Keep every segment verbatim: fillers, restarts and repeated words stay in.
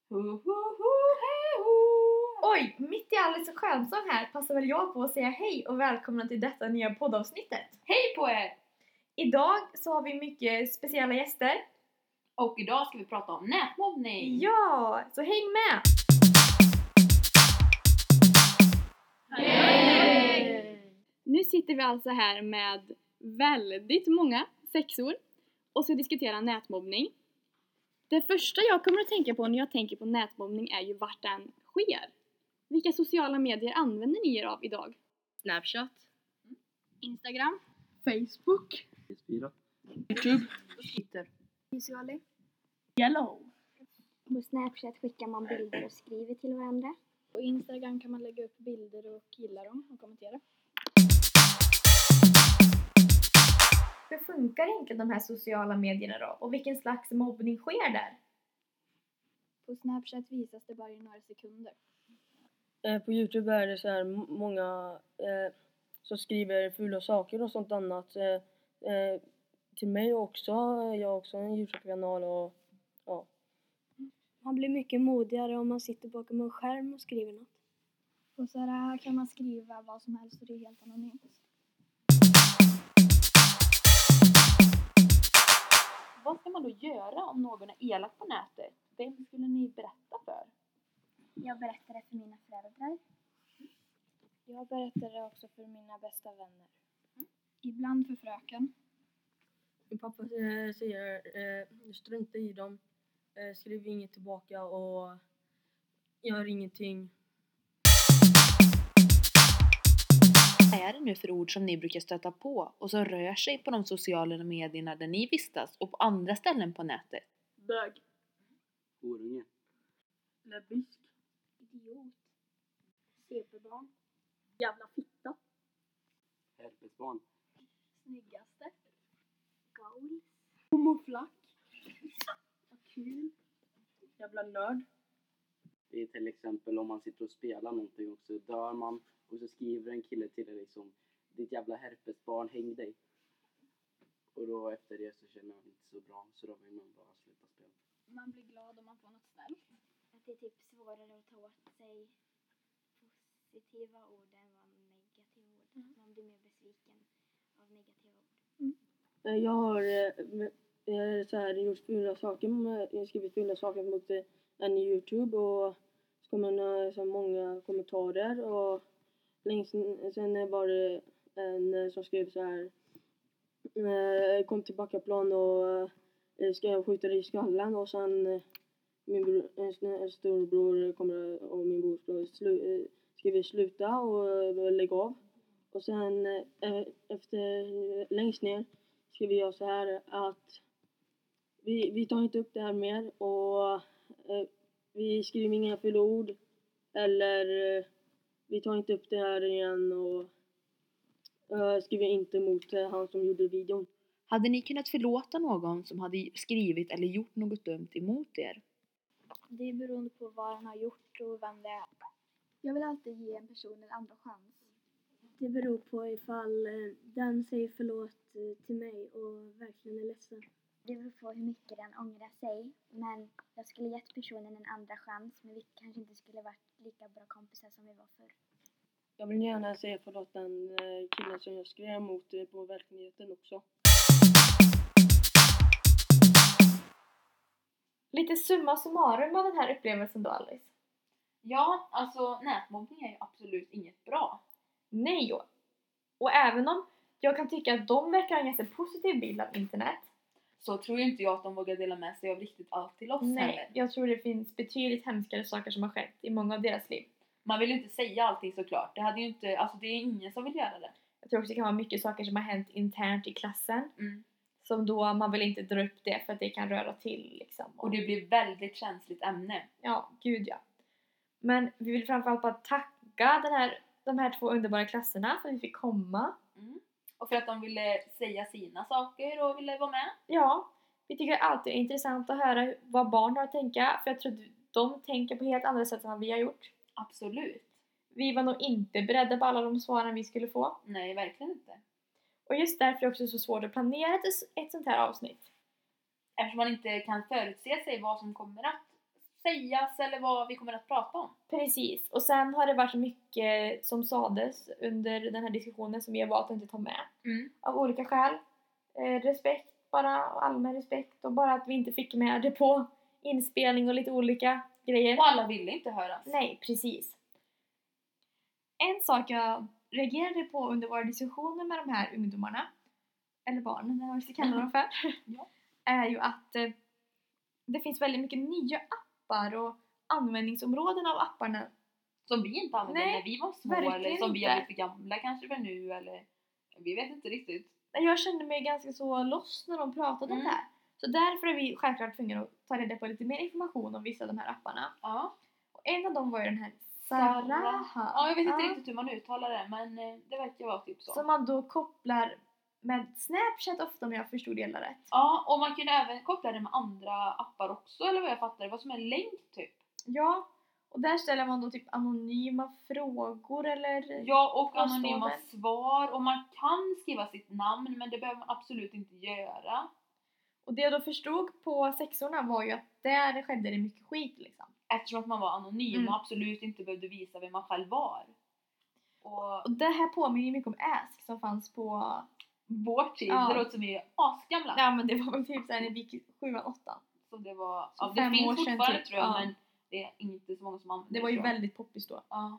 Ho, ho, ho, hej, ho. Oj, mitt i Alice och Skönsång här passar väl jag på att säga hej och välkomna till detta nya poddavsnittet. Hej på er! Idag så har vi mycket speciella gäster. Och idag ska vi prata om nätmobbning. Ja, så häng med! Hej! Nu sitter vi alltså här med väldigt många sexor och ska diskutera nätmobbning. Det första jag kommer att tänka på när jag tänker på nätmobbning är ju vart den sker. Vilka sociala medier använder ni er av idag? Snapchat, Instagram, Facebook, YouTube, Twitter, Visually. Yellow. På Snapchat skickar man bilder och skriver till varandra. På Instagram kan man lägga upp bilder och gilla dem och kommentera. Hur funkar egentligen de här sociala medierna då? Och vilken slags mobbning sker där? På Snapchat visas det bara i några sekunder. Eh, på YouTube är det så här m- många eh, som skriver fula saker och sånt annat. Eh, eh, till mig också. Jag har också en YouTube-kanal och ja. Man blir mycket modigare om man sitter bakom en skärm och skriver något. Och så här kan man skriva vad som helst och det är helt anonymt. Vad ska man då göra om någon är elak på nätet? Vem skulle ni berätta för? Jag berättade för mina föräldrar. Jag berättar det också för mina bästa vänner. Mm. Ibland för fröken. Min pappa eh, säger eh, strunta i dem. Eh, skriv inget tillbaka och gör ingenting. Vad är det nu för ord som ni brukar stöta på och som rör sig på de sociala medierna där ni vistas och på andra ställen på nätet? Bög. Horunge. Lesbisk. Idiot. C P-barn. Jävla fitta. Herpesbarn. Snyggaste. Goal. Homoflack. Vad kul. Jävla nörd. Det är till exempel om man sitter och spelar någonting och så dör man och så skriver en kille till dig liksom ditt jävla herpesbarn, häng dig. Och då efter det så känner jag inte så bra så då vill man bara sluta spela. Man blir glad om man får något snällt. Att det är typ svårare att ta åt sig positiva ord än vad negativa ord. Mm. Man blir mer besviken av negativa ord. Eh, Jag har eh, eh, så här, gjort fula saker, med- jag har skrivit fula saker mot eh, en i YouTube och så kommer det så många kommentarer och längst n- sen var det en eh, som skrev så här eh, kom tillbaka plan och eh, ska jag skjuta dig i skallen och sen eh, min bror, en, sn- en storbror kommer och min bror slu, eh, skriver sluta och eh, lägg av och sen eh, efter längst ner skriver jag så här att vi, vi tar inte upp det här mer och eh, vi skriver inga fula ord eller eh, vi tar inte upp det här igen och eh, skriver inte mot eh, han som gjorde videon. Hade ni kunnat förlåta någon som hade skrivit eller gjort något dumt emot er? Det är beroende på vad han har gjort och vem det är. Jag vill alltid ge en person en andra chans. Det beror på ifall eh, den säger förlåt eh, till mig och verkligen är ledsen. Det beror på hur mycket den ångrar sig. Men jag skulle gett personen en andra chans. Men vi kanske inte skulle varit lika bra kompisar som vi var förr. Jag vill gärna säga förlåt den eh, killen som jag skrev mot eh, på verkligheten också. Lite summa summarum av den här upplevelsen då, Alice. Ja, alltså nätmobbning är ju absolut inget bra. Nej, och, och även om jag kan tycka att de verkar ha en ganska positiv bild av internet. Så tror ju inte jag att de vågar dela med sig av riktigt allt till oss Nej, heller. jag tror det finns betydligt hemskare saker som har skett i många av deras liv. Man vill ju inte säga allting såklart. Det hade ju inte, alltså det är ingen som vill göra det. Jag tror också det kan vara mycket saker som har hänt internt i klassen. Mm. Som då man vill inte dra upp det för att det kan röra till liksom. Och det blir väldigt känsligt ämne. Ja, gud ja. Men vi vill framförallt bara tacka den här, de här två underbara klasserna för att vi fick komma. Mm. Och för att de ville säga sina saker och ville vara med. Ja, vi tycker alltid det är intressant att höra vad barn har att tänka. För jag tror att de tänker på helt andra sätt än vad vi har gjort. Absolut. Vi var nog inte beredda på alla de svaren vi skulle få. Nej, verkligen inte. Och just därför är det också så svårt att planera ett, ett sånt här avsnitt. Eftersom man inte kan förutse sig vad som kommer att sägas eller vad vi kommer att prata om. Precis. Och sen har det varit mycket som sades under den här diskussionen som vi har valt att inte ta med. Mm. Av olika skäl. Eh, respekt bara, allmän respekt. Och bara att vi inte fick med det på inspelning och lite olika grejer. Och alla ville inte höras. Nej, precis. En sak jag reagerade på under våra diskussioner med de här ungdomarna, eller barnen, eller vad vi ska kalla dem för, Ja. är ju att eh, det finns väldigt mycket nya appar och användningsområden av apparna. Som vi inte använde Nej, när vi var små. verkligen Eller som vi inte. har blivit för gamla kanske för nu. Eller vi vet inte riktigt. Jag kände mig ganska så lost när de pratade om Mm. det här. Så därför är vi självklart tvungna att ta reda på lite mer information om vissa av de här apparna. Ja. Och en av dem var ju den här Sarah. Saraha. Ja, jag vet inte Ja. riktigt hur man uttalar det. Men eh, det verkar vara typ så. Som man då kopplar med Snapchat ofta om jag förstod det hela rätt. Ja, och man kunde även koppla det med andra appar också. Eller vad jag fattar. Det var som en länk typ. Ja, och där ställer man då typ anonyma frågor eller... Ja, och Påståenden. anonyma svar. Och man kan skriva sitt namn. Men det behöver man absolut inte göra. Och det jag då förstod på sexorna var ju att där skedde det mycket skit liksom. Eftersom att man var anonym Mm. och absolut inte behövde visa vem man själv var. Och Och det här påminner ju mycket om Ask som fanns på... vår tid, Ja. det låter som vi är asgamla. Ja men det var väl typ såhär när vi gick sjuan, åttan. Så det var, Så ja, det fem år finns sedan fortfarande typ, tror jag, ja. men det är inte så många som använder Det var ju tror jag. väldigt poppis då. Ja,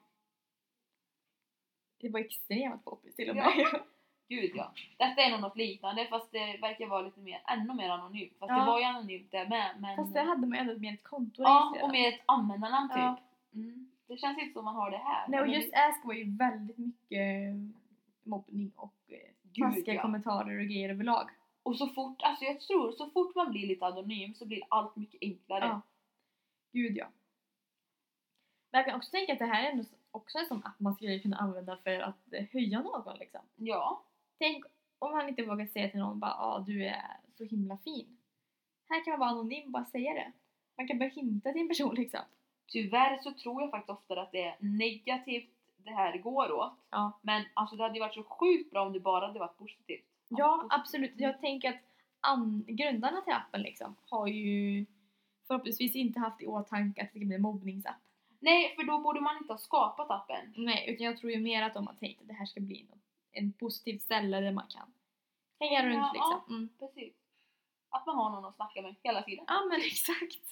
Det var extremt poppis till och med. Ja. Gud ja. Detta är nog något liknande fast det verkar vara lite mer, ännu mer anonymt. Fast Ja. det var ju anonymt det med. Men, Fast där hade man ändå med ett konto ja, registrerat. och med ett användarnamn typ. Ja. Mm. Det känns inte som man har det här. Nej, och Men just det- Ask var ju väldigt mycket mobbning och eh, Gud, taskiga ja. kommentarer och grejer överlag. Och så fort, alltså jag tror, så fort man blir lite anonym så blir allt mycket enklare. Ja. Gud ja. Men jag kan också tänka att det här är ändå också en sån app man skulle kunna använda för att eh, höja någon liksom. Ja. Tänk om man inte vågar säga till någon bara ah, du är så himla fin. Här kan man vara anonym och bara säga det. Man kan bara hinta till en person liksom. Tyvärr så tror jag faktiskt ofta att det är negativt det här går åt. Ja. Men alltså det hade ju varit så sjukt bra om det bara hade varit positivt. Ja, positivt. absolut. Jag tänker att an- grundarna till appen liksom har ju förhoppningsvis inte haft i åtanke att det ska bli en mobbningsapp. Nej, för då borde man inte ha skapat appen. Nej, utan jag tror ju mer att de har tänkt att det här ska bli en, en positivt ställe där man kan hänga runt Ja, liksom. Mm. Precis. Att man har någon att snacka med hela tiden. Ja, men exakt.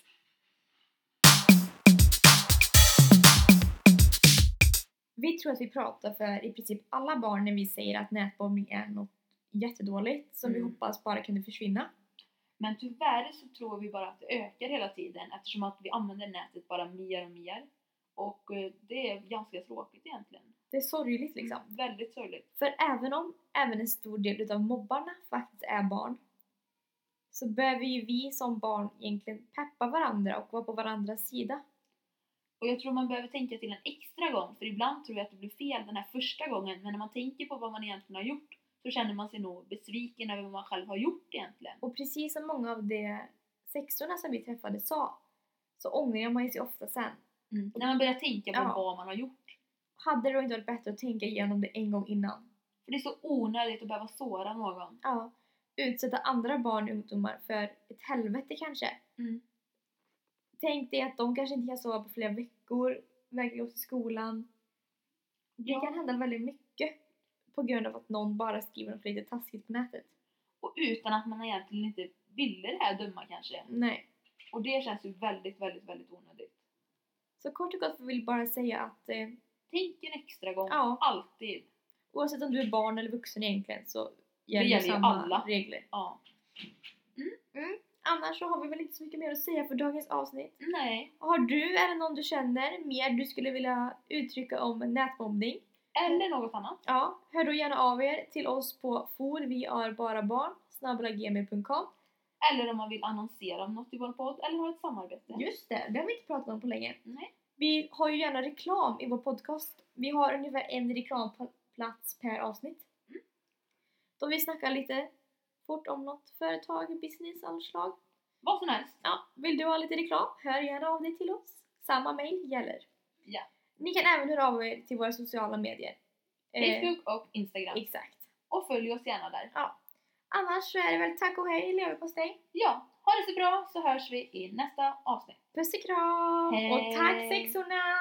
Vi tror att vi pratar för i princip alla barn när vi säger att nätbombning är något jättedåligt som vi Mm. hoppas bara kunde försvinna. Men tyvärr så tror vi bara att det ökar hela tiden eftersom att vi använder nätet bara mer och mer. Och eh, det är ganska tråkigt egentligen. Det är sorgligt liksom. Mm, väldigt sorgligt. För även om även en stor del av mobbarna faktiskt är barn, så behöver ju vi som barn egentligen peppa varandra och vara på varandras sida. Och jag tror man behöver tänka till en extra gång. För ibland tror jag att det blir fel den här första gången. Men när man tänker på vad man egentligen har gjort så känner man sig nog besviken över vad man själv har gjort egentligen. Och precis som många av de sexorna som vi träffade sa, så ångrar man ju sig ofta sen. Mm. När man börjar tänka på Ja. vad man har gjort. Hade det då inte varit bättre att tänka igenom det en gång innan? För det är så onödigt att behöva såra någon. Ja. Utsätta andra barn och ungdomar för ett helvete kanske. Mm. Tänk dig att de kanske inte kan sova på flera veckor, vägrar gå till skolan. Det Ja. kan hända väldigt mycket på grund av att någon bara skriver något lite taskigt på nätet. Och utan att man egentligen inte ville det här döma kanske. Nej. Och det känns ju väldigt, väldigt, väldigt onödigt. Så kort och gott vill jag bara säga att eh, Tänk en extra gång. Ja. Alltid. oavsett om du är barn eller vuxen egentligen så gäller, gäller ju samma alla. regler. Ja. Annars så har vi väl inte så mycket mer att säga för dagens avsnitt. Nej. Har du eller någon du känner mer du skulle vilja uttrycka om nätmobbning? Eller något annat. Ja, hör då gärna av er till oss på for vi är bara barn snabel-a gmail punkt com. Eller om man vill annonsera om något i vår podd. Eller ha ett samarbete. Just det, det har vi inte pratat om på länge. Nej. Vi har ju gärna reklam i vår podcast. Vi har ungefär en reklamplats per avsnitt. Mm. Då vi snackar lite fort om något företag, business, all slag. Vad som helst. Ja, vill du ha lite reklam? Hör gärna av dig till oss. Samma mail gäller. Ja. Ni kan även höra av er till våra sociala medier. Eh, Facebook och Instagram. Exakt. Och följ oss gärna där. Ja. Annars så är det väl tack och hej, leverpastej. Ja. Ha det så bra så hörs vi i nästa avsnitt. Puss och kram! Hej. Och tack sexorna!